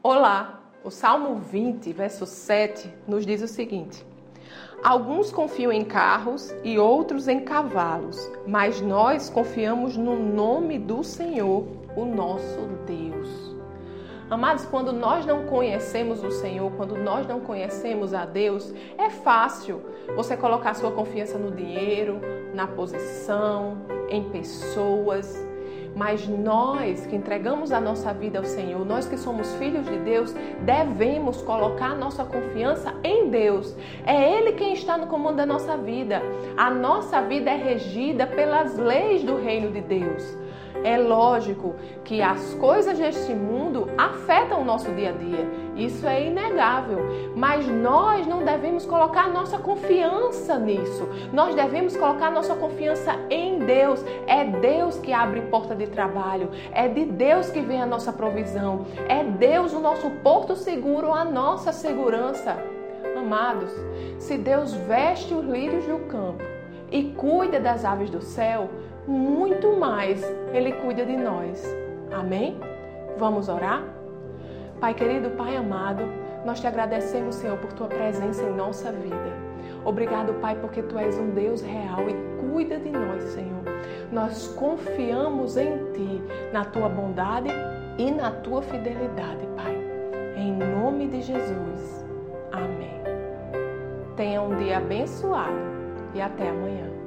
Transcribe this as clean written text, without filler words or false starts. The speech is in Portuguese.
Olá, o Salmo 20, verso 7, nos diz o seguinte: alguns confiam em carros e outros em cavalos, mas nós confiamos no nome do Senhor, o nosso Deus. Amados, quando nós não conhecemos o Senhor, quando nós não conhecemos a Deus, é fácil você colocar sua confiança no dinheiro, na posição, em pessoas. Mas nós que entregamos a nossa vida ao Senhor, nós que somos filhos de Deus, devemos colocar nossa confiança em Deus. É Ele quem está no comando da nossa vida. A nossa vida é regida pelas leis do reino de Deus. É lógico que as coisas deste mundo afetam o nosso dia a dia. Isso é inegável. Mas nós não devemos colocar nossa confiança nisso. Nós devemos colocar nossa confiança em Deus. É Deus que abre porta de trabalho. É de Deus que vem a nossa provisão. É Deus o nosso porto seguro, a nossa segurança. Amados, se Deus veste os lírios do campo e cuida das aves do céu, muito mais Ele cuida de nós. Amém? Vamos orar? Pai querido, Pai amado, nós te agradecemos, Senhor, por Tua presença em nossa vida. Obrigado, Pai, porque Tu és um Deus real e cuida de nós, Senhor. Nós confiamos em Ti, na Tua bondade e na Tua fidelidade, Pai. Em nome de Jesus. Amém. Tenha um dia abençoado e até amanhã.